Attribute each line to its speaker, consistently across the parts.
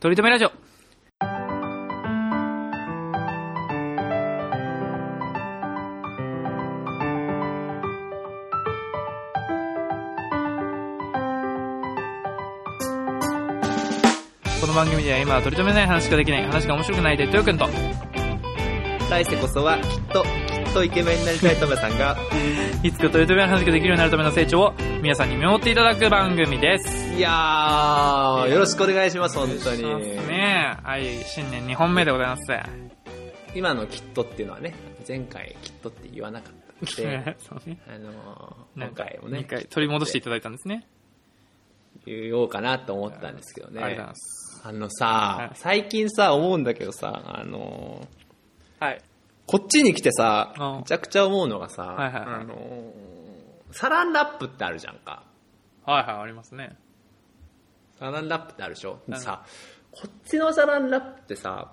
Speaker 1: とりとめラジオ。この番組では今は取り留めない話ができない、話が面白くないでトヨくんと、
Speaker 2: 来世こそはきっとイケメンになりたいトメさんが
Speaker 1: いつか取り留めない話ができるようになるための成長を皆さんに見守っていただく番組です。
Speaker 2: いやー、よろしくお願いします。本当に
Speaker 1: ねえ、はい、新年2本目でございます。
Speaker 2: 今のきっとっていうのはね、前回きっとって言わなかったので
Speaker 1: そうね、
Speaker 2: 今回もね
Speaker 1: 2回取り戻していただいたんですね。
Speaker 2: 言おうかなと思ったんですけどね。
Speaker 1: ありがとうございます。
Speaker 2: はい、最近さ思うんだけどさ、
Speaker 1: はい、
Speaker 2: こっちに来てさ、めちゃくちゃ思うのがさ、
Speaker 1: はいはいはい、
Speaker 2: サランラップってあるじゃんか。
Speaker 1: はいはい、ありますね。
Speaker 2: サランラップってあるでしょ。さ、こっちのサランラップってさ、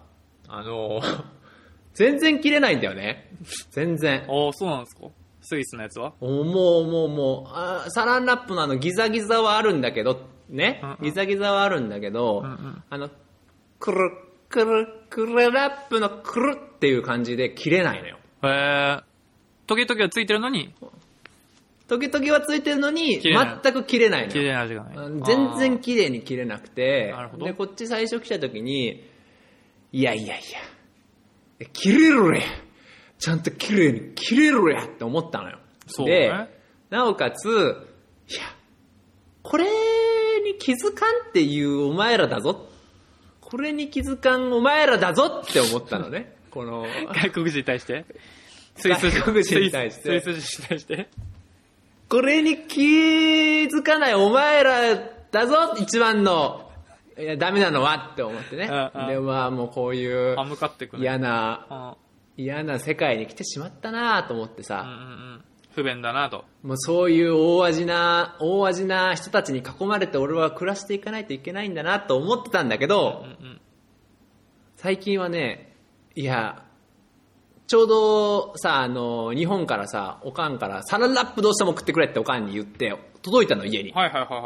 Speaker 2: 全然切れないんだよね。全然。
Speaker 1: そうなんですか。スイスのやつは
Speaker 2: もうサランラップのギザギザはあるんだけどね、ギザギザはあるんだけど、クルクルクルラップのクルっていう感じで切れないのよ。
Speaker 1: トゲトゲはついてるのに、
Speaker 2: トゲトゲはついてるのに全く切れないのよ。
Speaker 1: 切れない味がない。
Speaker 2: 全然綺麗に切れなくて、
Speaker 1: なるほど。
Speaker 2: でこっち最初来た時に、いや切れるね、ちゃんと綺麗に切れるやって思ったのよ。
Speaker 1: そうね。
Speaker 2: でなおかつ、いやこれに気づかんっていうお前らだぞ、これに気づかんお前らだぞって思ったのね。この
Speaker 1: 外国人に対して、
Speaker 2: 外国人に対して、
Speaker 1: スイス人に対して、
Speaker 2: これに気づかないお前らだぞ一番のダメなのはって思ってね。でもうこういう嫌な世界に来てしまったなと思ってさ、
Speaker 1: 不便だなと。
Speaker 2: もうそういう大味な人たちに囲まれて俺は暮らしていかないといけないんだなと思ってたんだけど、最近はね、いやちょうどさ、日本からさ、おかんからサランラップどうしても食ってくれっておかんに言って届いたの、家に。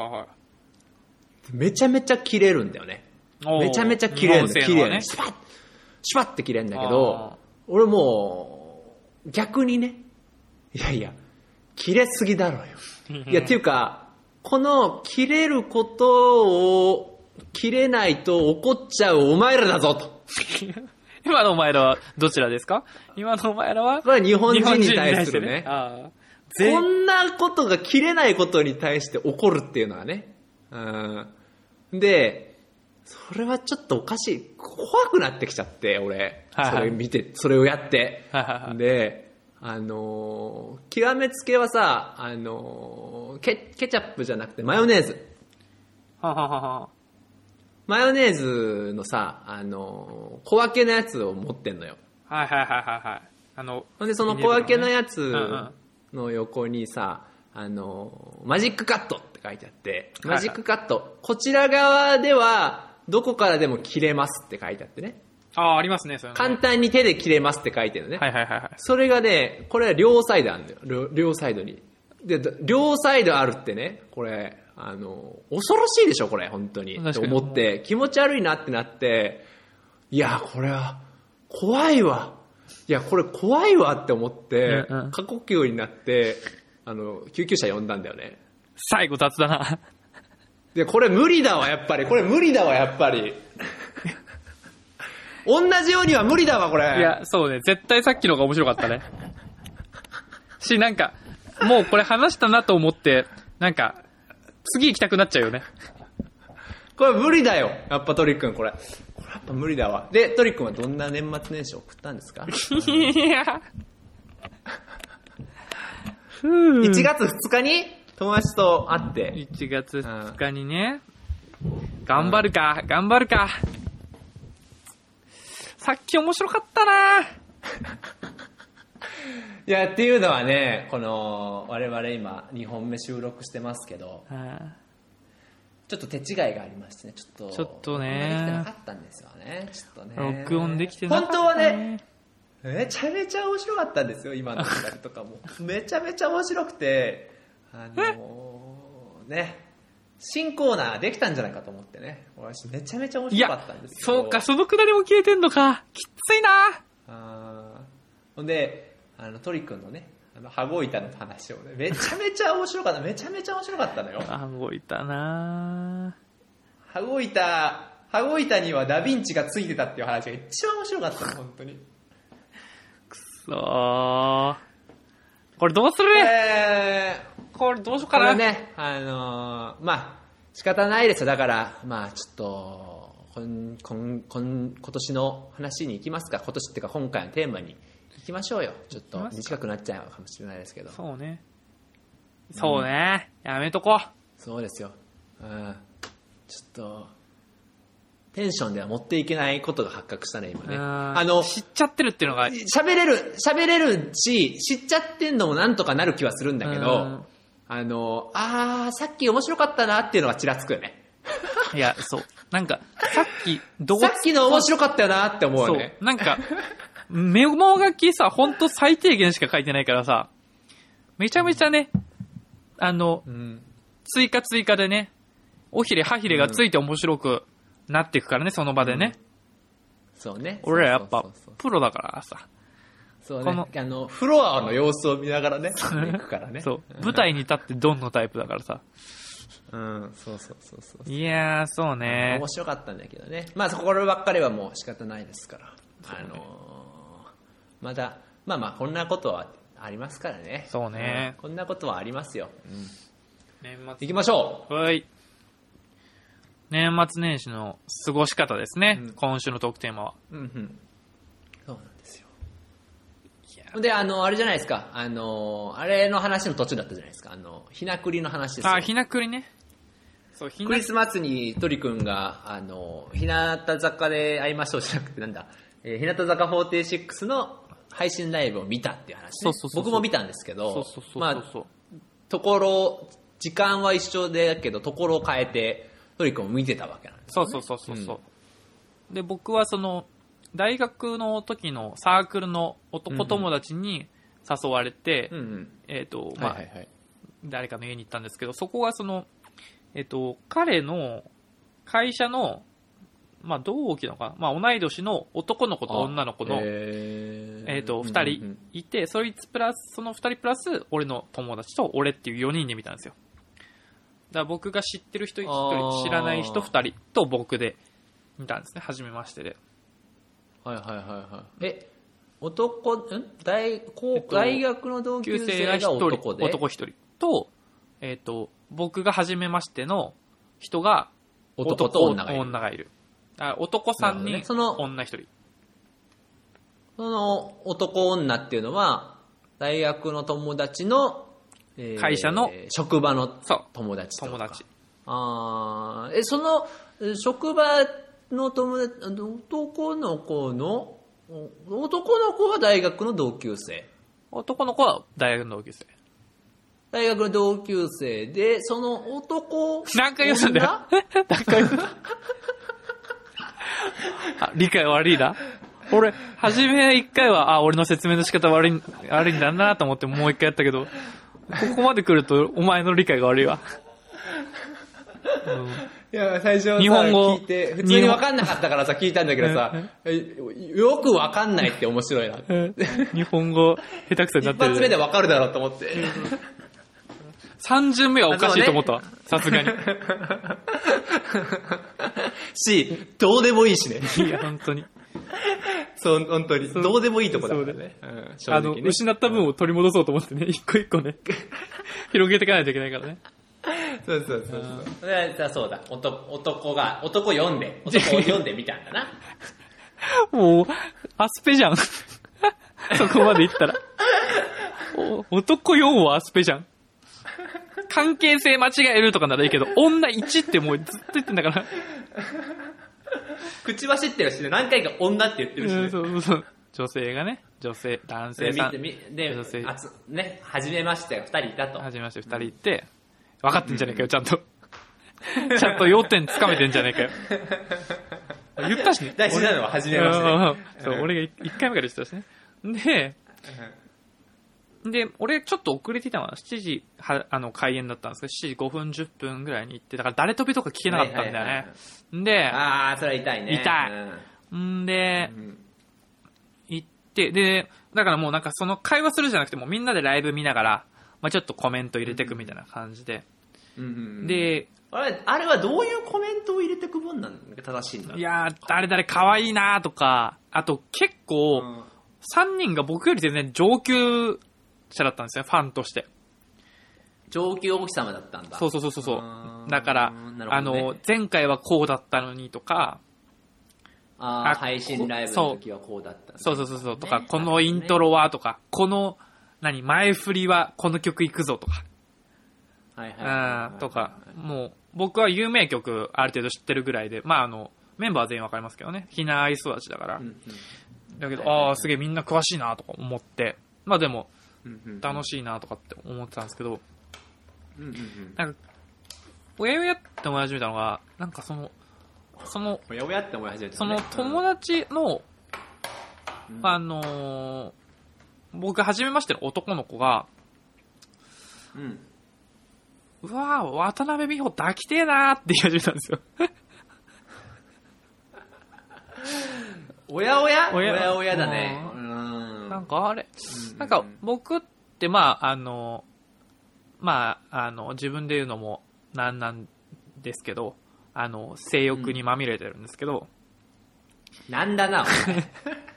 Speaker 2: めちゃめちゃ切れるんだよね。めちゃめちゃ切れるんだよ。切れる、シュパッって切れるんだけど、俺もう逆にね、いや切れすぎだろうよ。いやっていうか、この切れることを切れないと怒っちゃうお前らだぞと。
Speaker 1: 今のお前らはどちらですか？今のお前らは
Speaker 2: これは日本人に対するね。こんなことが切れないことに対して怒るっていうのはね。で、それはちょっとおかしい。怖くなってきちゃって、俺。それ見て、それをやって。で、極めつけはさ、ケチャップじゃなくてマヨネーズ。マヨネーズのさ、小分けのやつを持ってんのよ。で、その小分けのやつの横にさ、マジックカットって書いてあって、マジックカット、こちら側ではどこからでも切れますって書いてあってね。
Speaker 1: ありますね、それね。
Speaker 2: 簡単に手で切れますって書いてるのね。それがね、これは両サイドあるんだよ。両サイドに。で、両サイドあるってね、これ、恐ろしいでしょ、これ、本当に。と思って、気持ち悪いなってなって、いや、これは、怖いわ。いや、これ怖いわって思って、過呼吸になって、救急車呼んだんだよね。
Speaker 1: 最後雑だな。
Speaker 2: で、これ無理だわ、やっぱり。同じようには無理だわ、これ。
Speaker 1: いや、そうね。絶対さっきの方が面白かったね。なんか、もうこれ話したなと思って、なんか、次行きたくなっちゃうよね。
Speaker 2: これ無理だよ。やっぱトリ君、これやっぱ無理だわ。で、トリ君はどんな年末年始を送ったんですか？
Speaker 1: いや。
Speaker 2: 1月2日に友達と会って。
Speaker 1: 1月2日にね。頑張るか。さっき面白かったな。
Speaker 2: いや、っていうのはね、この我々今2本目収録してますけど、ちょっと手違いがありましてね、ちょっとね、できてなかったんですよね。ちょっとね、
Speaker 1: 録音できてなかった、ね、
Speaker 2: 本当はね、めちゃめちゃ面白かったんですよ、今のくだりとかも。めちゃめちゃ面白くて、ね、 新コーナーできたんじゃないかと思ってね。私めちゃめちゃ面白かったんですけど。
Speaker 1: そうか、そのくだりも消えてんのか。きついな。
Speaker 2: ほんで、トリ君のね、羽子板の話をね、めちゃめちゃ面白かった。めちゃめちゃ面白かったのよ。
Speaker 1: 羽子板な。
Speaker 2: 羽子板にはダヴィンチがついてたっていう話が一番面白かったの、本当に。
Speaker 1: くそー。これどうする？これどうしようかな。
Speaker 2: これね、まあ、仕方ないですよ。だから、まあ、ちょっと、今年の話に行きますか。今年っていうか、今回のテーマに行きましょうよ。ちょっと短くなっちゃうかもしれないですけど。
Speaker 1: そうね。そうね。やめとこう。
Speaker 2: そうですよ。ちょっと、テンションでは持っていけないことが発覚したね、今ね。
Speaker 1: 知っちゃってるっていうのが。
Speaker 2: 喋れるし、知っちゃってんのもなんとかなる気はするんだけど、さっき面白かったなっていうのがちらつくよね。
Speaker 1: いや、そう。なんか、さっき
Speaker 2: の面白かったよなって思うよね。
Speaker 1: そう。なんか、メモ書きさ、ほんと最低限しか書いてないからさ、めちゃめちゃね、追加でね、おひれはひれがついて面白くなっていくからね、その場でね。
Speaker 2: そうね。
Speaker 1: 俺らやっぱ、プロだからさ。
Speaker 2: そうね。フロアの様子を見ながらね、行くからね。
Speaker 1: そう。舞台に立ってドンのタイプだからさ。
Speaker 2: そう。
Speaker 1: いやー、そうね。
Speaker 2: 面白かったんだけどね。まあ、こればっかりはもう仕方ないですから。まだ、まあ、こんなことはありますからね。
Speaker 1: そうね。
Speaker 2: こんなことはありますよ。
Speaker 1: 年末。
Speaker 2: 行きましょう。
Speaker 1: はい。年末年始の過ごし方ですね。今週のトークテーマは。
Speaker 2: そうなんですよ。で、あれじゃないですか。あれの話の途中だったじゃないですか。ひなくりの話ですよ。
Speaker 1: ひなくりね。そう、
Speaker 2: クリスマスにトリ君が、日向坂で会いましょうじゃなくて、なんだ、日向坂46の配信ライブを見たっていう話、ね。僕も見たんですけど、時間は一緒だけど、ところを変えて、トリ君を見てたわけなんですよね。
Speaker 1: そう。で、僕は大学の時のサークルの男友達に誘われて、誰かの家に行ったんですけど、そこが彼の会社の、同期のかな、同い年の男の子と女の子の、二人いて、その二人プラス、俺の友達と俺っていう4人で見たんですよ。だから僕が知ってる人1人、知らない人2人と僕で見たんですね。初めましてで。
Speaker 2: 大学の同級生が男で、
Speaker 1: 男1人と、僕が初めましての人が
Speaker 2: 男と女
Speaker 1: がいる。男3人、女1人。
Speaker 2: その男女っていうのは、大学の友達の、
Speaker 1: 会社の
Speaker 2: 職場の友達とか。
Speaker 1: 友達。
Speaker 2: その職場の友達、男の子は大学の同級生。
Speaker 1: 男の子は大学の同級生。
Speaker 2: 大学の同級生で、その男、
Speaker 1: 何回言うんだよ。何回言うんだ理解悪いな。俺、初め1回は、俺の説明の仕方悪いんだなと思ってもう1回やったけど、ここまで来るとお前の理解が悪いわ。
Speaker 2: いや、最初
Speaker 1: 日本語
Speaker 2: 聞いて、普通に分かんなかったからさ、聞いたんだけどさ、よく分かんないって面白いな。
Speaker 1: 日本語下手くそになってる。
Speaker 2: 一発目で分かるだろうと思って。
Speaker 1: 3巡目はおかしいと思ったわ。さすがに。
Speaker 2: どうでもいいしね。
Speaker 1: いや、本当に。
Speaker 2: そう、本当に。どうでもいいとこだからね。
Speaker 1: 失った分を取り戻そうと思ってね、一個一個ね、広げていかないといけないからね。
Speaker 2: そう。そうだ。男読んでみたんだな。
Speaker 1: もう、アスペじゃん。そこまでいったら。男4はアスペじゃん。関係性間違えるとかならいいけど、女1ってもうずっと言ってんだから。
Speaker 2: 口走ってるしね、何回か女って言ってるしね。
Speaker 1: そう。女性がね、男性さん。
Speaker 2: で、初めましてが2人いたと。
Speaker 1: 初めまして2人いて、分かってんじゃねえかよ、ちゃんと。ちゃんと要点つかめてんじゃねえかよ。言ったしね。
Speaker 2: 大事なのは初めまして。
Speaker 1: そう、俺が1回目から言ってたしね。で、 で、俺ちょっと遅れていたのは7時開演だったんですけど、7時5分10分ぐらいに行って、だから誰飛びとか聞けなかったんだよね。で、
Speaker 2: それは痛いね。
Speaker 1: 痛い。んで、行って、で、だからもうなんかその会話するじゃなくてもみんなでライブ見ながら、まあちょっとコメント入れてくみたいな感じで。で、
Speaker 2: あれはどういうコメントを入れてく分なんが正しいんだ？
Speaker 1: いやー、誰々可愛いなとか、あと結構、3人が僕より全然上級者だったんですよ、ファンとして。
Speaker 2: 上級王子様だったんだ。
Speaker 1: そう。だから、ね、前回はこうだったのにとか、
Speaker 2: 配信ライブの時はこうだった、ね。
Speaker 1: そうとか、このイントロはとか、この、前振りはこの曲行くぞとか。とか、もう、僕は有名曲ある程度知ってるぐらいで、まあメンバーは全員わかりますけどね、ひなあい育ちだから。だけど、すげえみんな詳しいなとか思って、まあでも、楽しいなとかって思ってたんですけど、なんか、おやおやって思い始めたのが、なんか
Speaker 2: おやおやって思い始めた、ね、
Speaker 1: その友達の、僕初めましての男の子が、うわぁ、渡辺美穂抱きてえなーって言い始めたんですよ。
Speaker 2: おやおやだね。
Speaker 1: なんかあれ、なんか僕って、まあ自分で言うのもなんですけど、性欲にまみれてるんですけど。
Speaker 2: なんだな、お前。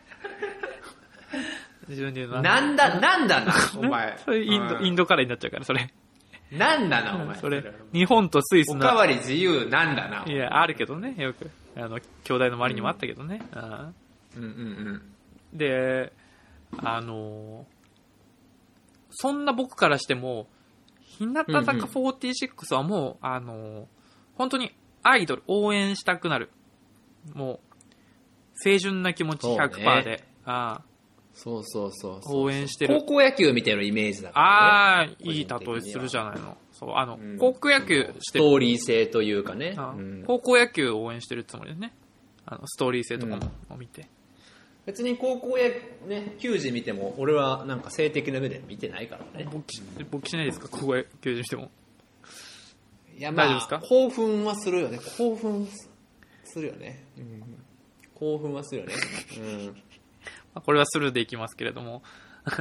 Speaker 1: 自分で言うの
Speaker 2: なんだな、お前。
Speaker 1: それインドカレーになっちゃうから、それ。
Speaker 2: なんだな、お前。
Speaker 1: それ、日本とスイスの。
Speaker 2: おかわり自由なんだな。
Speaker 1: いや、あるけどね、よく。兄弟の周りにもあったけどね。で、そんな僕からしても、日向坂46はもう、本当にアイドル応援したくなる。もう、清純な気持ち 100% で。
Speaker 2: そう
Speaker 1: 応援してる。
Speaker 2: 高校野球見てるイメージだからね。
Speaker 1: いい例えするじゃないの。そう、高校野球して
Speaker 2: る。ストーリー性というかね。
Speaker 1: 高校野球を応援してるつもりですね。ストーリー性とかも見て。
Speaker 2: 別に高校球児見ても、俺はなんか性的な目で見てないからね。
Speaker 1: 勃起しないですか、高校球児見ても。
Speaker 2: いや、まあ、大丈夫ですか？興奮はするよね。興奮するよね。
Speaker 1: これはスルーでいきますけれども。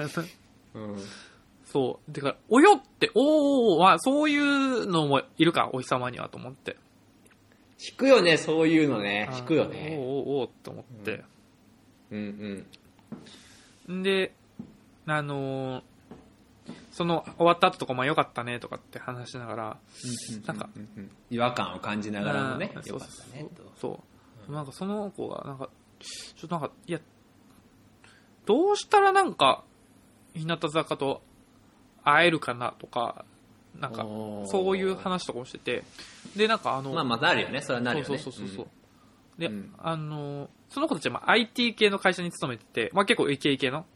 Speaker 1: そう。だから、およって、そういうのもいるか、お日様にはと思って。
Speaker 2: 引くよね、そういうのね。引くよね。
Speaker 1: と思って。で、その終わった後とかも良かったねとかって話しながら、なんか
Speaker 2: 違和感を感じながらもね、
Speaker 1: 良かったねと。そう。なんかその子がなんかちょっとなんかいやどうしたらなんか日向坂と会えるかなとか。なんかそういう話とかもしてて、でなんか
Speaker 2: まあなるよね、それはなるよね。
Speaker 1: そう。で、その子たちはIT 系の会社に勤めてて、まあ結構イケイケの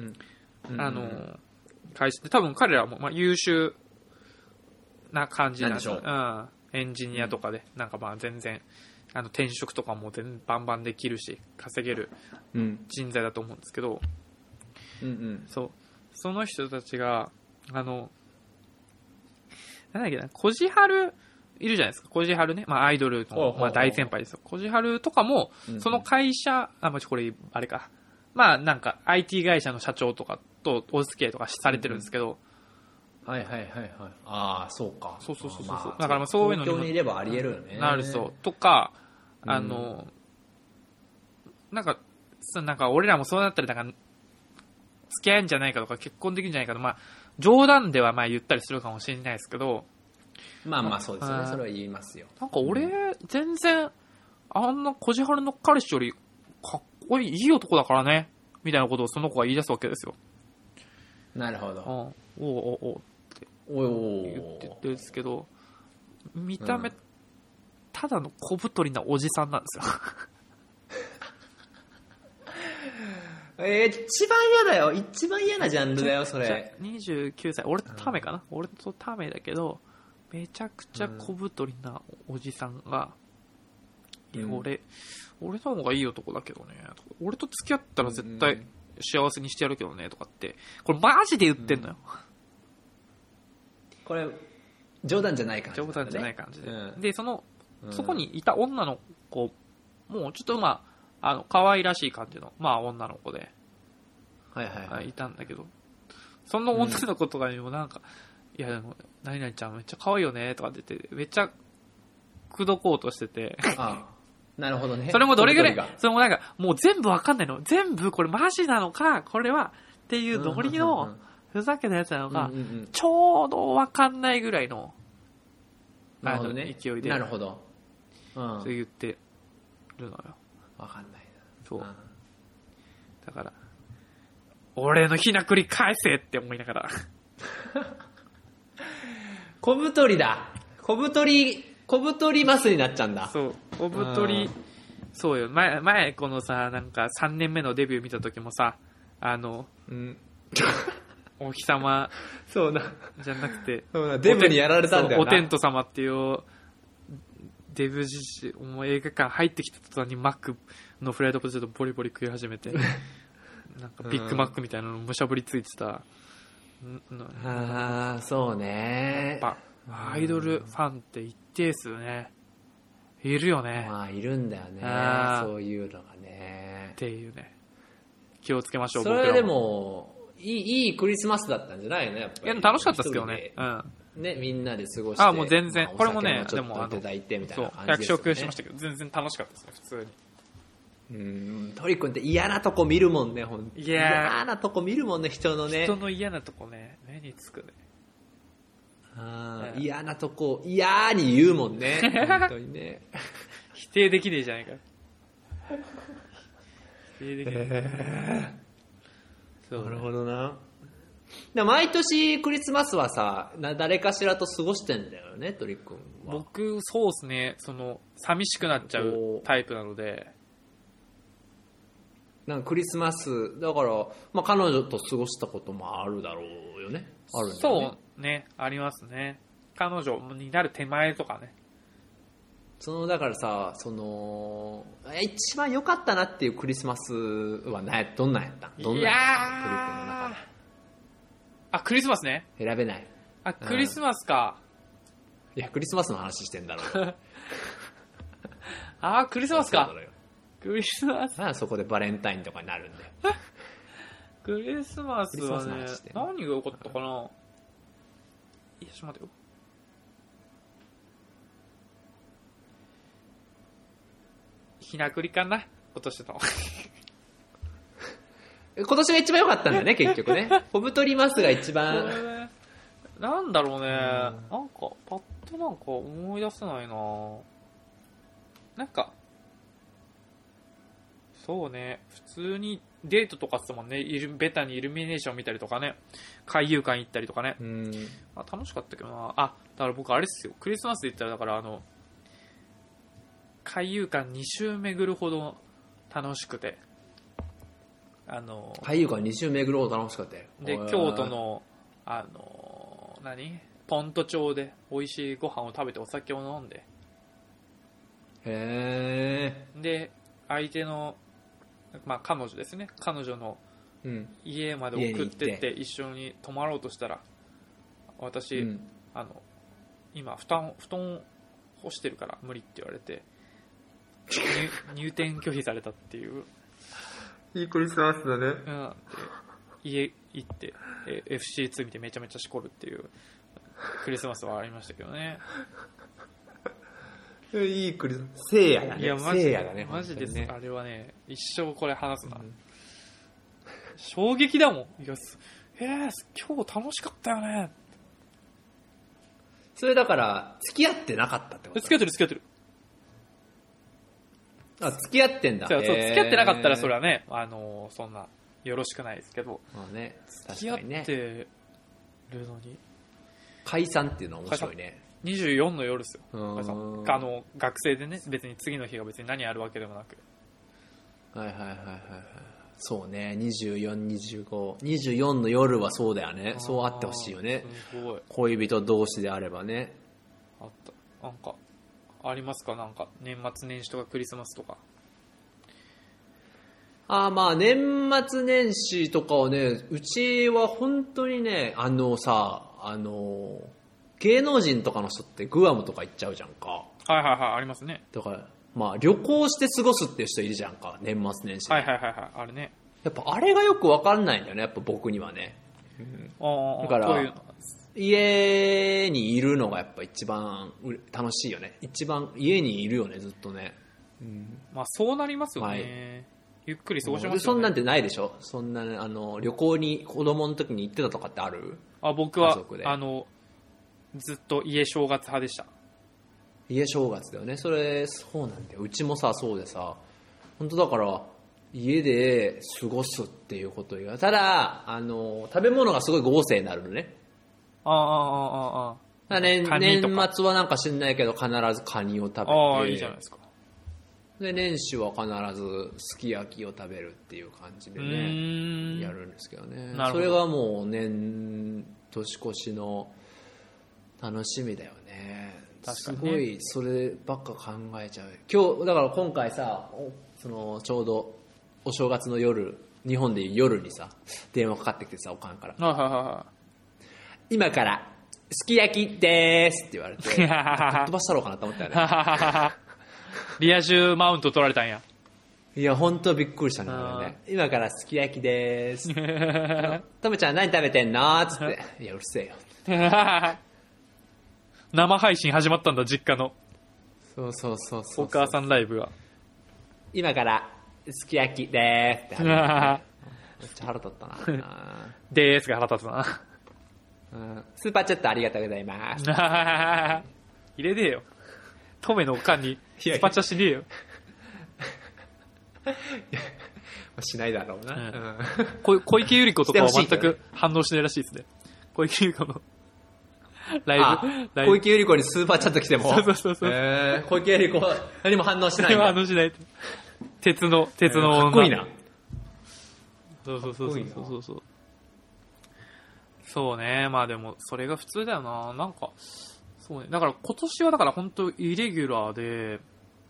Speaker 1: 会社で、多分彼らも優秀な感じなんでしょう。エンジニアとかで、なんかまあ全然転職とかもバンバンできるし稼げる人材だと思うんですけど、その人たちがなんだっけな、こじはるいるじゃないですか。こじはるね。まあアイドルの、まあ、大先輩ですよ。こじはるとかも、その会社、これ、あれか。まあなんか IT 会社の社長とかとお付き合いとかされてるんですけど。
Speaker 2: そうか。
Speaker 1: そう。だからまあそういうの
Speaker 2: 東京にいればあり得るよね。
Speaker 1: なるそう。とか、なんか俺らもそうなったら、なんか、付き合えんじゃないかとか結婚できるんじゃないかと、まあ、冗談ではまあ言ったりするかもしれないですけど、
Speaker 2: まあそうですよね、それは言いますよ。
Speaker 1: なんか俺、全然あんなこじはるの彼氏よりかっこいい男だからねみたいなことをその子が言い出すわけですよ。
Speaker 2: なるほど。
Speaker 1: って言ってるんですけど、見た目、ただの小太りなおじさんなんですよ。
Speaker 2: 一番嫌だよ。一番嫌なジャンルだよ、それ。
Speaker 1: 29歳。俺とタメかな、俺とタメだけど、めちゃくちゃ小太りなおじさんが、俺の方がいい男だけどね。俺と付き合ったら絶対、 幸せにしてやるけどねとかって、これマジで言ってんのよ。
Speaker 2: これ、冗談じゃない感じ、
Speaker 1: ね。冗談じゃない感じで。で、そこにいた女の子、もうちょっとまあ、可愛らしい感じの、まあ女の子で、
Speaker 2: はいはいはい。
Speaker 1: いたんだけど、その女の子とかにもなんか、いやでも、何々ちゃんめっちゃ可愛いよねとかって言って、めっちゃ、口説こうとしてて。
Speaker 2: ああ、なるほどね。
Speaker 1: それもどれぐらい、それもなんか、もう全部わかんないの。全部これマジなのか、これは、っていうノリの、ふざけたやつなのか、ちょうどわかんないぐらいの、
Speaker 2: なるほどね、
Speaker 1: 勢いで。
Speaker 2: なるほど。
Speaker 1: そう言ってるのよ。
Speaker 2: わかんないな。
Speaker 1: そう。だから、俺のひなくり返せって思いながら。
Speaker 2: 小太りだ。小太りマスになっちゃうんだ。
Speaker 1: そう。小太り、そうよ。前、このさ、なんか3年目のデビュー見た時もさ、お日様
Speaker 2: そうな
Speaker 1: じゃなくて、
Speaker 2: そうなデブにやられたんだよな。
Speaker 1: お天道様っていうデブ自身、もう映画館入ってきた途端にマックのフライドポテトボリボリ食い始めて、なんかビッグマックみたいなのむしゃぶりついてた。
Speaker 2: ああ、そうね。
Speaker 1: やっぱアイドルファンって一定数ね、いるよね。
Speaker 2: まあいるんだよね。そういうのがね。
Speaker 1: っていうね。気をつけましょう。
Speaker 2: それでもいいクリスマスだったんじゃないのやっぱり。
Speaker 1: いや楽しかったですけどね。
Speaker 2: ね、みんなで過ごして。
Speaker 1: もう全然、これもね、でも
Speaker 2: いただいてみたいな感じ
Speaker 1: ですよね。100食しましたけど、全然楽しかったですね、普通
Speaker 2: に。トリ君って嫌なとこ見るもんね、ほんと。嫌なとこ見るもんね、人のね。
Speaker 1: 人の嫌なとこね、目につくね。
Speaker 2: 嫌なとこ、嫌に言うもんね。本当にね。
Speaker 1: 否定できねえじゃないか。否定できね
Speaker 2: なるほどな。毎年クリスマスはさ、誰かしらと過ごしてんだよね、トリ君は。
Speaker 1: 僕、そうですね、寂しくなっちゃうタイプなので。
Speaker 2: なんかクリスマス、だから、まあ彼女と過ごしたこともあるだろうよね。あるんだよね。
Speaker 1: そうね、ありますね。彼女になる手前とかね。
Speaker 2: だからさ、一番良かったなっていうクリスマスはどんなんやったん？どんなんやったトリ君の中で。
Speaker 1: クリスマスね。
Speaker 2: 選べない。
Speaker 1: クリスマスか。
Speaker 2: いや、クリスマスの話してんだろう。
Speaker 1: クリスマスか。クリスマス。
Speaker 2: なんでそこでバレンタインとかになるんだよ。
Speaker 1: クリスマスはね、何が良かったかな。いや、ちょっと待てよ。ひなくりかな、今年の。
Speaker 2: 今年が一番良かったんだよね、結局ね。小太りマスが一番。
Speaker 1: なんだろうね、なんか、パッとなんか思い出せないな。なんか、そうね、普通にデートとかしてもね、ベタにイルミネーション見たりとかね、海遊館行ったりとかね。楽しかったけどな。だから僕あれですよ、クリスマスで言ったら、だから海遊館2周巡るほど楽しくて。
Speaker 2: 海遊館2周巡るほど楽しかったよ。
Speaker 1: で、京都の、ポント町で美味しいご飯を食べてお酒を飲んで。で、相手の、まあ彼女ですね。彼女の家まで送ってって一緒に泊まろうとしたら、私、今布団干してるから無理って言われて、入店拒否されたっていう。
Speaker 2: いいクリスマスだね。
Speaker 1: 家行って、FC2 見てめちゃめちゃしこるっていうクリスマスはありましたけどね。
Speaker 2: いいクリスマス。聖夜だね。いや、聖夜だね。
Speaker 1: マジです、ね。あれはね、一生これ話すな。衝撃だもん。いや、今日楽しかったよね。
Speaker 2: それだから、付き合ってなかったってこと？
Speaker 1: 付き合ってる。
Speaker 2: 付き合ってんだ。
Speaker 1: そう、付き合ってなかったらそれはね、そんな、よろしくないですけど。
Speaker 2: まあね、
Speaker 1: 付き合ってるのに。
Speaker 2: 解散っていうのは面白いね。
Speaker 1: 24の夜ですよ。学生でね、別に次の日が別に何あるわけでもなく。
Speaker 2: はい。そうね、24、25。24の夜はそうだよね。そうあってほしいよね。
Speaker 1: すごい。
Speaker 2: 恋人同士であればね。
Speaker 1: あった。なんか、ありますか？なんか、年末年始とかクリスマスとか。
Speaker 2: まあ年末年始とかはね、うちは本当にね、芸能人とかの人ってグアムとか行っちゃうじゃんか。
Speaker 1: はいはいはい、ありますね。
Speaker 2: だから、まあ旅行して過ごすっていう人いるじゃんか、年末年始。
Speaker 1: はいはいはいはい、あれね。
Speaker 2: やっぱあれがよくわかんないんだよね、やっぱ僕にはね。だから、家にいるのがやっぱ一番楽しいよね。一番家にいるよね、ずっとね。
Speaker 1: まあそうなりますよね。はい、ゆっくり過ごしますよね。
Speaker 2: そんなんてないでしょ。そんな、ね、旅行に子供の時に行ってたとかってある？
Speaker 1: 僕はずっと家正月派でした。
Speaker 2: 家正月だよね。そうなんだよ。うちもさ、そうでさ、本当だから家で過ごすっていうこと以外、ただ食べ物がすごい豪勢になるのね。年末はなんか知んないけど必ずカニを食べて、
Speaker 1: いいじゃないですか。
Speaker 2: で年始は必ずすき焼きを食べるっていう感じでねやるんですけどね。それがもう年越しの楽しみだよね。すごいそればっか考えちゃう。だから今回さ、ちょうどお正月の夜、日本でいう夜にさ電話かかってきてさ、おかんから、今からすき焼きでーすって言われて飛ばしたろうかなと思ったよね。
Speaker 1: リア充マウント取られたんや。
Speaker 2: いや本当びっくりしたね、これね。今からすき焼きでーす。とめちゃん何食べてんのつって。いやうるせえよ。
Speaker 1: 生配信始まったんだ、実家の。
Speaker 2: そう
Speaker 1: お母さんライブが。
Speaker 2: 今からすき焼きでーすって。めっちゃ腹立ったな。
Speaker 1: でーすが腹立つな。
Speaker 2: スーパーチャットありがとうございます。
Speaker 1: 入れねえよ。トメのおかんにスパチャしねえよ。
Speaker 2: しないだろうな。
Speaker 1: 小池百合子とかは全く反応しないらしいですね。小池百合子のライブ。
Speaker 2: 小池百合子にスーパーチャット来ても。
Speaker 1: そう。
Speaker 2: 小池百合子何も反応しないんだ。
Speaker 1: 反応しない。鉄の
Speaker 2: かっこいいな。
Speaker 1: そう。そうね。まあでもそれが普通だよな。なんかそうね。だから今年はだから本当イレギュラーで、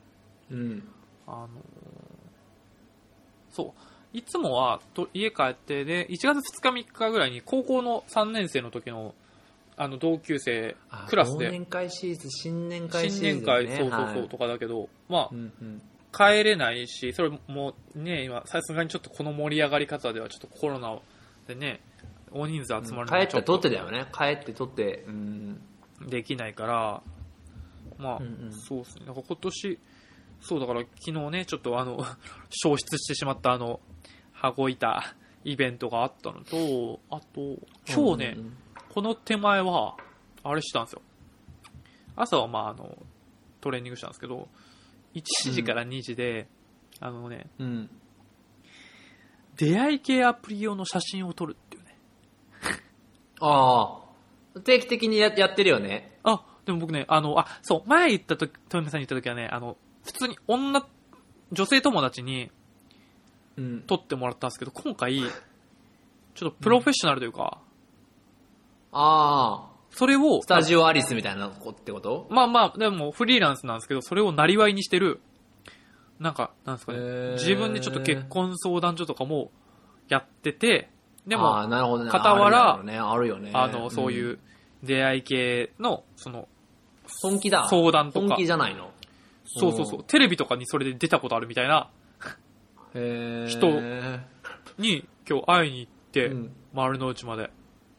Speaker 1: そういつもは家帰ってで1月2日3日ぐらいに高校の3年生の時の同級生クラスで
Speaker 2: 忘年会シーズン、新年会シーズン、ね、
Speaker 1: 新年会そうとかだけど、まあ、帰れないし、それもね今さすがにちょっとこの盛り上がり方ではちょっとコロナでね大人数集まるの
Speaker 2: 帰って撮ってだよね。帰って撮って、
Speaker 1: できないから、まあ、そうですね。なんか今年そうだから昨日ねちょっと消失してしまった羽子板イベントがあったのと、あと今日ね、この手前はあれしたんですよ。朝はまあトレーニングしたんですけど、1時から2時で、出会い系アプリ用の写真を撮るっていうね。
Speaker 2: 定期的にやってるよね。
Speaker 1: でも僕ね、そう前言った時、豊見さんに言った時はね、普通に女性友達に撮ってもらったんですけど、今回ちょっとプロフェッショナルというか、それを
Speaker 2: スタジオアリスみたいな子ってこと？
Speaker 1: まあでもフリーランスなんですけど、それをなりわいにしてるなんですかね、自分でちょっと結婚相談所とかもやってて、でも傍ら
Speaker 2: あるよね。
Speaker 1: そういう出会い系の
Speaker 2: 本気だ
Speaker 1: 相談とか、
Speaker 2: 本気じゃないの？
Speaker 1: そうテレビとかにそれで出たことあるみたいな人に今日会いに行って、丸の内まで。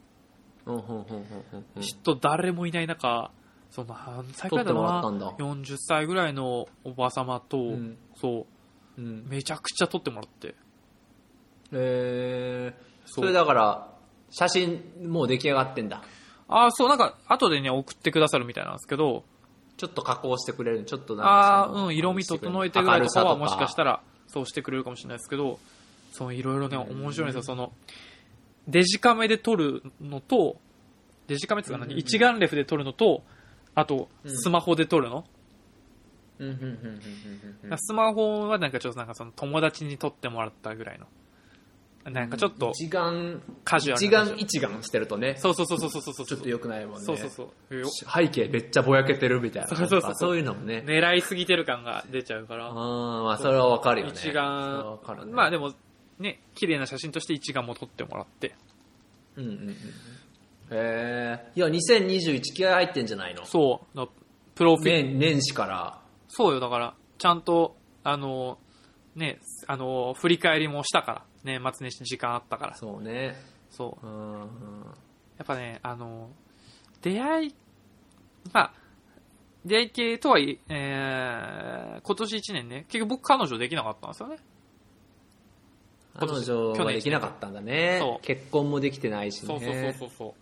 Speaker 1: 人誰もいない中、何歳くらいだろうな、40歳ぐらいのおばさまと、めちゃくちゃ撮ってもらって。
Speaker 2: それだから写真もう出来上がってんだ。
Speaker 1: そうなんか後でね送ってくださるみたいなんですけど、
Speaker 2: ちょっと加工してくれる、ちょっと
Speaker 1: 色味整えてぐらいとかはもしかしたらそうしてくれるかもしれないですけど、いろいろね面白いんですよ。デジカメで撮るのと、デジカメっていうか一眼レフで撮るのと、あとスマホで撮るの。スマホはなんかちょっと友達に撮ってもらったぐらいのなんかちょっと
Speaker 2: 一眼
Speaker 1: カジュアル
Speaker 2: 一眼してるとね、
Speaker 1: そうちょ
Speaker 2: っと良くないもんね。
Speaker 1: そう
Speaker 2: 背景めっちゃぼやけてるみたいな、そういうのもね、
Speaker 1: 狙いすぎてる感が出ちゃうから。
Speaker 2: まあそれはわかるよね。
Speaker 1: 一眼、ね、まあでもね、綺麗な写真として一眼も撮ってもらって。
Speaker 2: いや2021気合入ってんじゃないの。
Speaker 1: そうプロフィール
Speaker 2: 年始から。
Speaker 1: そうよ、だからちゃんとね、振り返りもしたから、年末年始時間あったから。
Speaker 2: そうね。
Speaker 1: そう。やっぱね、出会い系とはいえ、今年1年ね、結局僕彼女できなかったんですよね。
Speaker 2: 彼女ができなかったんだね。そう。結婚もできてないしね。
Speaker 1: そう。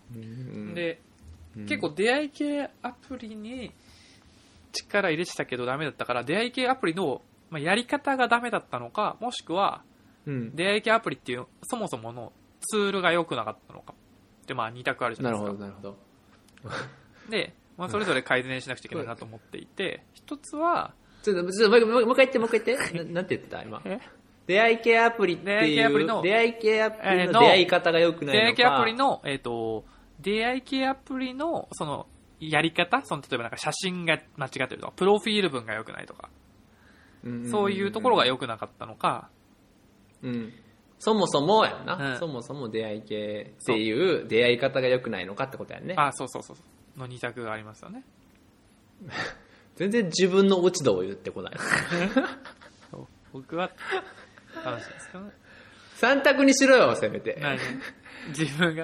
Speaker 1: で、結構出会い系アプリに力入れてたけどダメだったから、出会い系アプリのやり方がダメだったのか、もしくは、出会い系アプリっていうそもそものツールが良くなかったのかで、2択あるじゃないですか。
Speaker 2: なるほど
Speaker 1: で、それぞれ改善しなくちゃいけないなと思っていて、一つは
Speaker 2: ちょっともう一回言ってなんて言ってた今。出会い系アプリっていう出会い系アプリの出会い方が良くないのか、
Speaker 1: 出会い系アプリの出会い系アプリのそのやり方、例えばなんか写真が間違ってるとか、プロフィール文が良くないとか、そういうところが良くなかったのか、
Speaker 2: そもそもやんな、そもそも出会い系っていう出会い方が良くないのかってことやんね。
Speaker 1: そうの2択がありますよね。
Speaker 2: 全然自分の落ち度を言ってこない。
Speaker 1: 僕は楽しいですけどね。
Speaker 2: 3択にしろよ、せめて。
Speaker 1: 自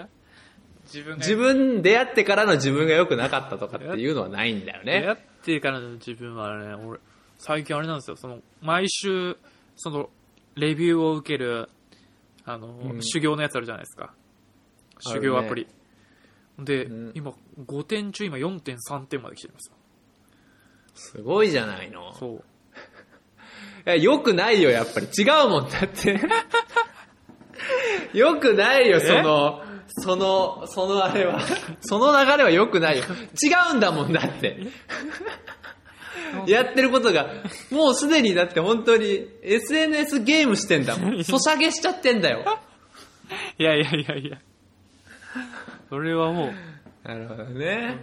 Speaker 2: 分出会ってからの自分が良くなかったとかっていうのはないんだよね。
Speaker 1: 出会ってからの自分はね、俺最近あれなんですよ、毎週レビューを受ける修行のやつあるじゃないですか。修行アプリ。で、今5点中今 4.3 点まで来てるんですよ。
Speaker 2: すごいじゃないの。
Speaker 1: そう。
Speaker 2: 良くないよ、やっぱり。違うもんだって。良くないよ、そのあれは。その流れは良くないよ。違うんだもんだって。やってることが、もうすでにだって本当に SNS ゲームしてんだもん。ソシャゲしちゃってんだよ。
Speaker 1: いや。それはもう。
Speaker 2: なるほどね。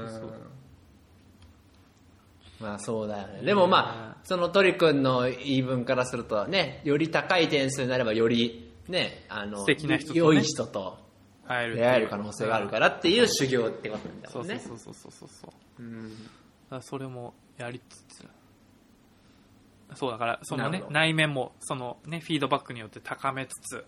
Speaker 2: まあそうだよね。でもその鳥くんの言い分からするとね、より高い点数になればよりね、
Speaker 1: 素敵な人とね、
Speaker 2: 良い人と出会える可能性があるからっていう修行ってことなんだよね。
Speaker 1: そう。それもやりつつ、そうだからそのね、内面もそのね、フィードバックによって高めつつ、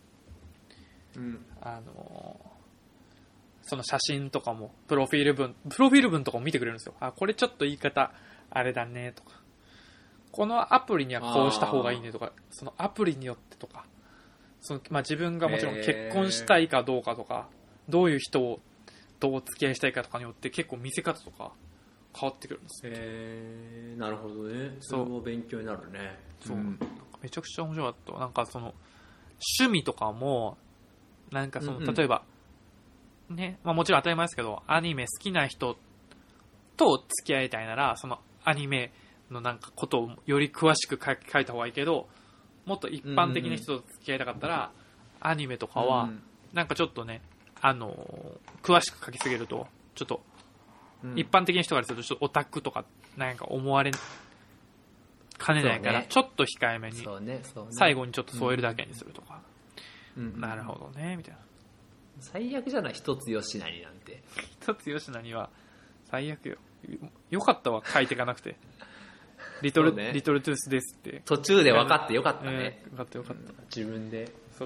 Speaker 1: その写真とかもプロフィール文とかも見てくれるんですよ。これちょっと言い方あれだねとか、このアプリにはこうした方がいいねとか、そのアプリによってとか、自分がもちろん結婚したいかどうかとか、どういう人をどう付き合いしたいかとかによって結構見せ方とか変わってくるんですよ。
Speaker 2: なるほどね。それも勉強になるね。
Speaker 1: そう、めちゃくちゃ面白かった。なんか趣味とかもなんか例えばね、もちろん当たり前ですけど、アニメ好きな人と付き合いたいなら、そのアニメのなんかことをより詳しく書いた方がいいけど、もっと一般的な人と付き合いたかったら、アニメとかはなんかちょっとね、詳しく書きすぎるとちょっと一般的な人からするとちょっとオタクとかなんか思われかねないから、ちょっと控えめに最後にちょっと添えるだけにするとか。なるほどねみたいな。
Speaker 2: 最悪じゃない、一つ吉成なんて。
Speaker 1: 一つ吉成は最悪よ。よかったわ、書いていかなくて。リトルトゥースですって
Speaker 2: 途中で分かってよかったね。
Speaker 1: よかった、
Speaker 2: 自分で。
Speaker 1: そう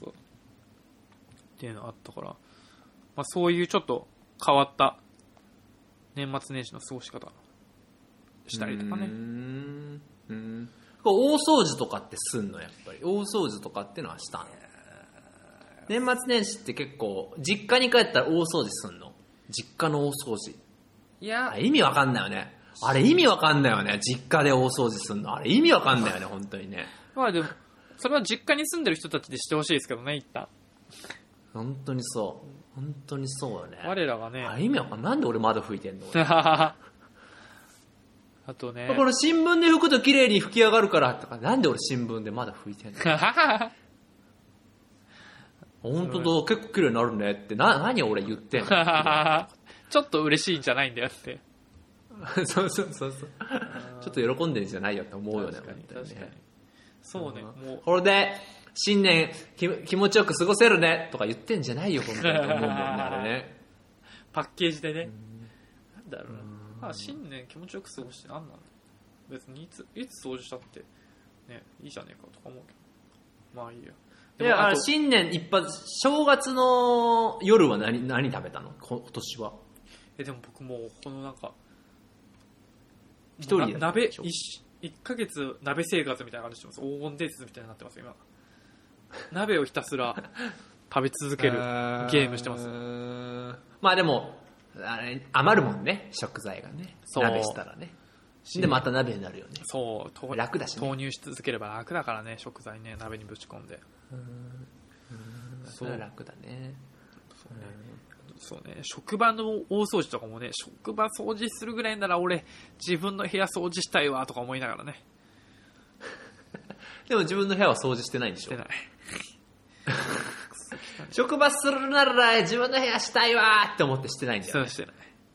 Speaker 1: っていうのあったから、そういうちょっと変わった年末年始の過ごし方したりとかね。
Speaker 2: 大掃除とかってすんの？やっぱり大掃除とかってのはしたの？年末年始って結構実家に帰ったら大掃除すんの？実家の大掃除。
Speaker 1: いや、
Speaker 2: 意味わかんないよね。あれ意味わかんないよね。実家で大掃除すんの。あれ意味わかんないよね、本当にね。
Speaker 1: でもそれは実家に住んでる人たちでしてほしいですけどね、一旦。
Speaker 2: 本当にそうよね。
Speaker 1: 我らがね。
Speaker 2: 意味わかんない。なんで俺窓拭いてんの？
Speaker 1: あとね。
Speaker 2: この新聞で拭くと綺麗に拭き上がるからとか、なんで俺新聞で窓拭いてんの？ 本当だ、結構綺麗になるねって、何俺言ってんの
Speaker 1: ちょっと嬉しいんじゃないんだよって。
Speaker 2: そう。ちょっと喜んでるんじゃないよって思うよね。確かに。
Speaker 1: そうね。もう
Speaker 2: これで、新年気持ちよく過ごせるねとか言ってんじゃないよ、本当に。思うもんね、あれね。
Speaker 1: パッケージでね。なんだろうな。新年気持ちよく過ごして何なんだ。別にいつ掃除したって、ね、いいじゃねえかとか思うけど。まあいいや。
Speaker 2: いや、新年一発、正月の夜は何食べたの今年は。
Speaker 1: でも僕もう、このなんか、
Speaker 2: 一人で
Speaker 1: 鍋、1ヶ月鍋生活みたいな感じしてます。黄金伝説みたいになってます、今。鍋をひたすら食べ続けるゲームしてます。
Speaker 2: まあでも、あれ、余るもんね、食材がね。鍋したらね。で、また鍋になるよね。
Speaker 1: そう。
Speaker 2: 楽だしね。
Speaker 1: 投入し続ければ楽だからね、食材ね、鍋にぶち込んで。
Speaker 2: それは楽だね。
Speaker 1: そうね。職場の大掃除とかもね、職場掃除するぐらいなら俺、自分の部屋掃除したいわとか思いながらね。
Speaker 2: でも自分の部屋は掃除してないんでしょ？
Speaker 1: してない。
Speaker 2: 職場するなら自分の部屋したいわって思ってしてないんだよね。
Speaker 1: そうしてない。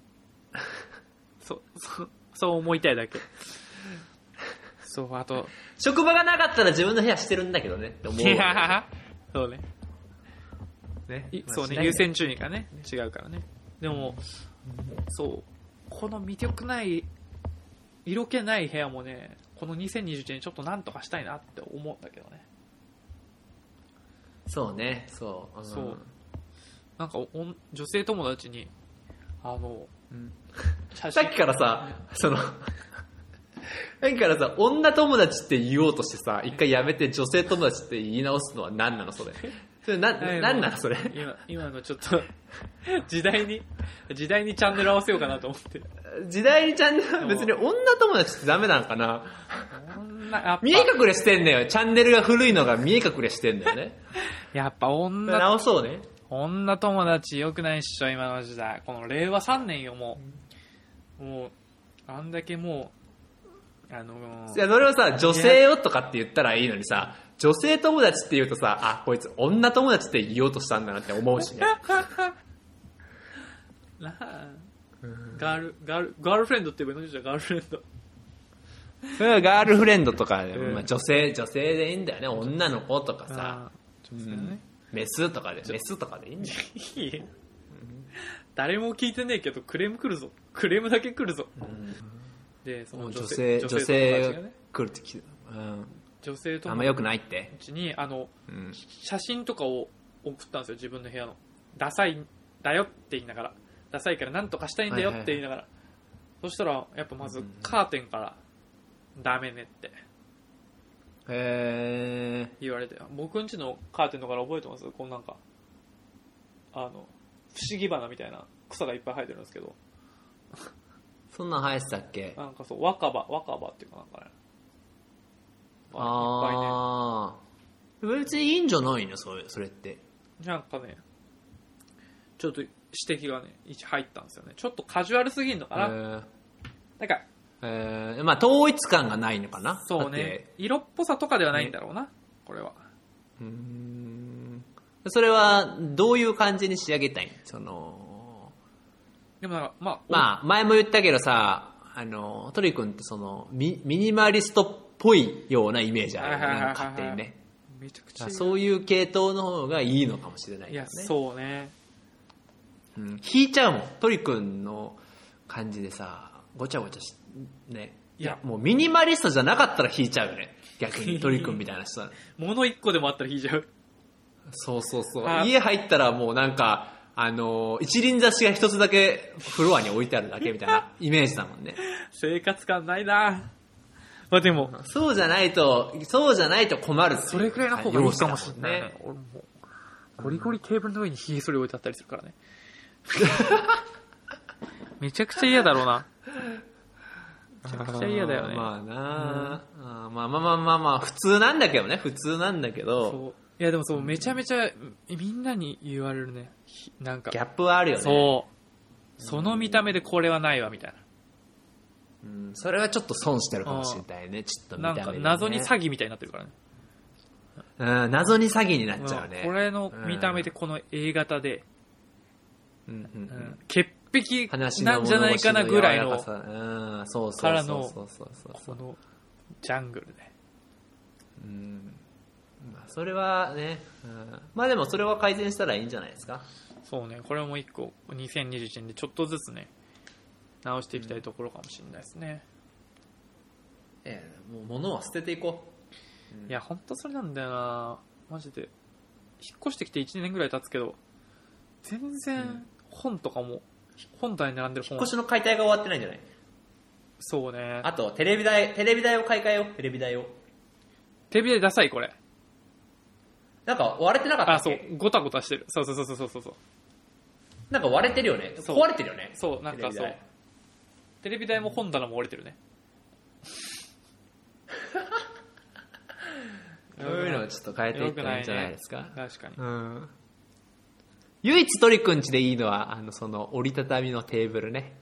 Speaker 1: そう思いたいだけ。そう、あと。
Speaker 2: 職場がなかったら自分の部屋してるんだけどねって思う。
Speaker 1: そうね。そうね、優先順位がね、違うからね。でも、そう、この魅力ない、色気ない部屋もね、この2021年ちょっとなんとかしたいなって思うんだけどね。
Speaker 2: そうね、そう。
Speaker 1: そう。なんか、女性友達に、
Speaker 2: さっきからさ、さっきからさ、女友達って言おうとしてさ、一回やめて女性友達って言い直すのは何なのそれ。それ何なのそれ。
Speaker 1: 今のちょっと時代にチャンネル合わせようかなと思って。
Speaker 2: 時代にチャンネル、別に女友達ってダメなんかな。見え隠れしてんだよ。チャンネルが古いのが見え隠れしてんだよね。
Speaker 1: やっぱ
Speaker 2: 直そうね。
Speaker 1: 女友達良くないっしょ、今の時代。この令和3年よ、もう、あんだけもう、
Speaker 2: いや、それをさ、女性よとかって言ったらいいのにさ、女性友達って言うとさ、あ、こいつ女友達って言おうとしたんだなって思うしね。
Speaker 1: ガールフレンドって言えばいいのじゃガールフレンド。
Speaker 2: それはガールフレンドとか、まあ、女性でいいんだよね。女の子とかさ、メスとかでいいんだよ。
Speaker 1: 誰も聞いてねえけどクレーム来るぞ。クレームだけ来るぞ。で、その女性
Speaker 2: 来るって聞いた。
Speaker 1: 女性と
Speaker 2: あんま良くないって
Speaker 1: うちに写真とかを送ったんですよ、自分の部屋の。ダサいんだよって言いながら、ダサいからなんとかしたいんだよって言いながら、そしたらやっぱまずカーテンからダメねって言われて、僕ん家のカーテンのから覚えてます？こうなんか不思議花みたいな草がいっぱい生えてるんですけど、
Speaker 2: そんなん生えてたっけ？
Speaker 1: なんかそう若葉っていうかなんかね、
Speaker 2: ああ、別にいいんじゃないのそれって。
Speaker 1: なんかね、ちょっと指摘がね入ったんですよね。ちょっとカジュアルすぎるのかな。なんか
Speaker 2: まあ統一感がないのかな。
Speaker 1: そうね。色っぽさとかではないんだろうな、これは。
Speaker 2: それはどういう感じに仕上げたいの？
Speaker 1: でもなんかま
Speaker 2: あ前も言ったけどさ、トリ君ってミニマリストっぽいようなイメージあるよね、勝手にね。
Speaker 1: めちゃくちゃ
Speaker 2: そういう系統の方がいいのかもしれない
Speaker 1: よね。いや、そうね。
Speaker 2: 引いちゃうもん。トリ君の感じでさ、ごちゃごちゃね。いや、もうミニマリストじゃなかったら引いちゃうよね。逆にトリ君みたいな人は。
Speaker 1: 物一個でもあったら引いちゃう。
Speaker 2: そう。家入ったらもうなんか、一輪挿しが一つだけフロアに置いてあるだけみたいなイメージだもんね。
Speaker 1: 生活感ないな。まあでも、
Speaker 2: そうじゃないと困る。
Speaker 1: それくらいの方がいいかもしれないね。俺もゴリゴリテーブルの上にひげ剃り置いてあったりするからね。めちゃくちゃ嫌だろうな。めちゃくちゃ嫌だよね。
Speaker 2: まあな、まあ普通なんだけどね。
Speaker 1: そう。いやでもそう、めちゃめちゃみんなに言われるね。なんか
Speaker 2: ギャップはあるよね。
Speaker 1: そう。その見た目でこれはないわみたいな。
Speaker 2: それはちょっと損してるかもしれないね。ちょっと見た目で、ね。
Speaker 1: なんか謎に詐欺みたいになってるからね。
Speaker 2: 謎に詐欺になっちゃうね。
Speaker 1: これの見た目でこの A 型で、潔癖なんじゃないかなぐらいのからのこのジャングルね。
Speaker 2: それはね、まあでもそれは改善したらいいんじゃないですか。
Speaker 1: そうね、これも一個2021年でちょっとずつね直していきたいところかもしれないですね。
Speaker 2: もう物は捨てていこ
Speaker 1: う。いや本当それなんだよな、マジで。引っ越してきて1年ぐらい経つけど全然本とかも、本体に並んでる本、
Speaker 2: 引っ越しの解体が終わってないんじゃない？
Speaker 1: そうね。
Speaker 2: あとテレビ台を買い替えよう。テレビ台
Speaker 1: ダサいこれ。
Speaker 2: なんか割れてなかったっけ？
Speaker 1: そう、ゴタゴタしてる。そう。
Speaker 2: なんか割れてるよね。壊れてるよね。
Speaker 1: そう、なんかそう。テレビ台も本棚も折れてるね。
Speaker 2: そういうのをちょっと変えていったらいいんじゃないですか。
Speaker 1: 確かに。
Speaker 2: 唯一鳥くんちでいいのはその折りたたみのテーブルね。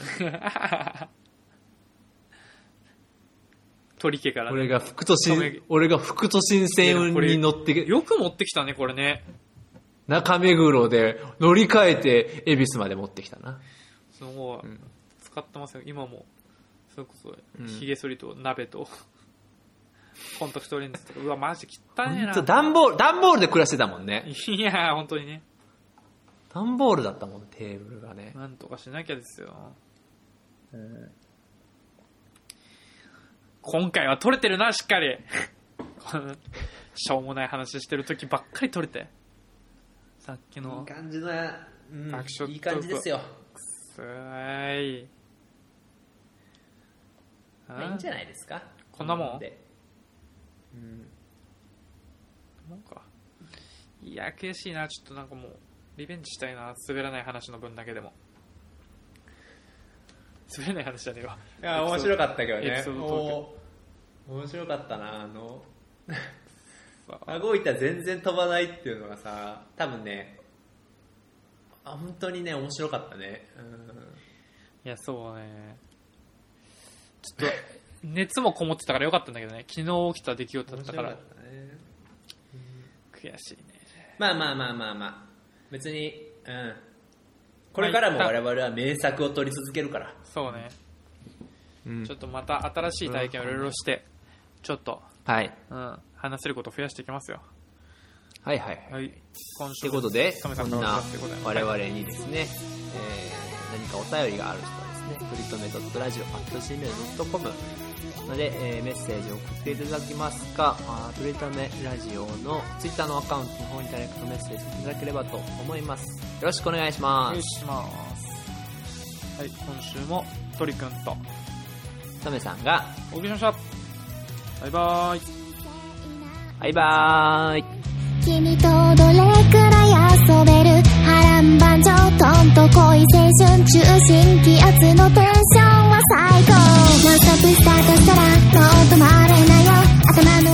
Speaker 1: 鳥家からね。
Speaker 2: 俺が副都心線に乗って
Speaker 1: よく持ってきたねこれね。
Speaker 2: 中目黒で乗り換えて恵比寿まで持ってきたな。
Speaker 1: すごい、使ってますよ今も。それこそひげ剃りと鍋とコンタクトレンズとか。うわマジ汚ねえな。
Speaker 2: 段ボールで暮らしてたもんね。
Speaker 1: いや本当にね。
Speaker 2: 段ボールだったもんテーブルがね。
Speaker 1: なんとかしなきゃですよ。今回は撮れてるなしっかり。しょうもない話してる時ばっかり撮れて。さっきの
Speaker 2: いい感じの、
Speaker 1: 爆笑
Speaker 2: いい感じですよ。
Speaker 1: くそーい。
Speaker 2: いいんじゃないですか。
Speaker 1: こんなもん。なんかいや悔しいな。ちょっとなんかもうリベンジしたいな。滑らない話の分だけでも。滑らない話じゃねえわ。
Speaker 2: いや面白かったけどね。面白かったな。顎板全然飛ばないっていうのがさ、多分ね、本当にね面白かったね。
Speaker 1: いやそうね。ちょっと熱もこもってたからよかったんだけどね。昨日起きた出来事だったから。面白かったね。悔しいね。
Speaker 2: まあ別に、これからも我々は名作を撮り続けるから。
Speaker 1: そうね。ちょっとまた新しい体験をいろいろして、ちょっと、話せることを増やしていきますよ。
Speaker 2: はい。
Speaker 1: 今週
Speaker 2: ということで、そんな我々にですね、何かお便りがある人はですね、とりとめ.radio@gmail.com ので、メッセージを送っていただきますか、とりとめラジオのツイッターのアカウントの方にダイレクトメッセージいただければと思います。よろしくお願いします。
Speaker 1: お願いします。はい、今週もとりくんと
Speaker 2: とめさんが
Speaker 1: お送りしました。バイバーイ。
Speaker 2: バイバーイ。
Speaker 3: 君とどれくらい遊べる波乱万丈トンと恋青春中心気圧のテンションは最高。ノンストップスタートしたらもう止まれないよ。頭の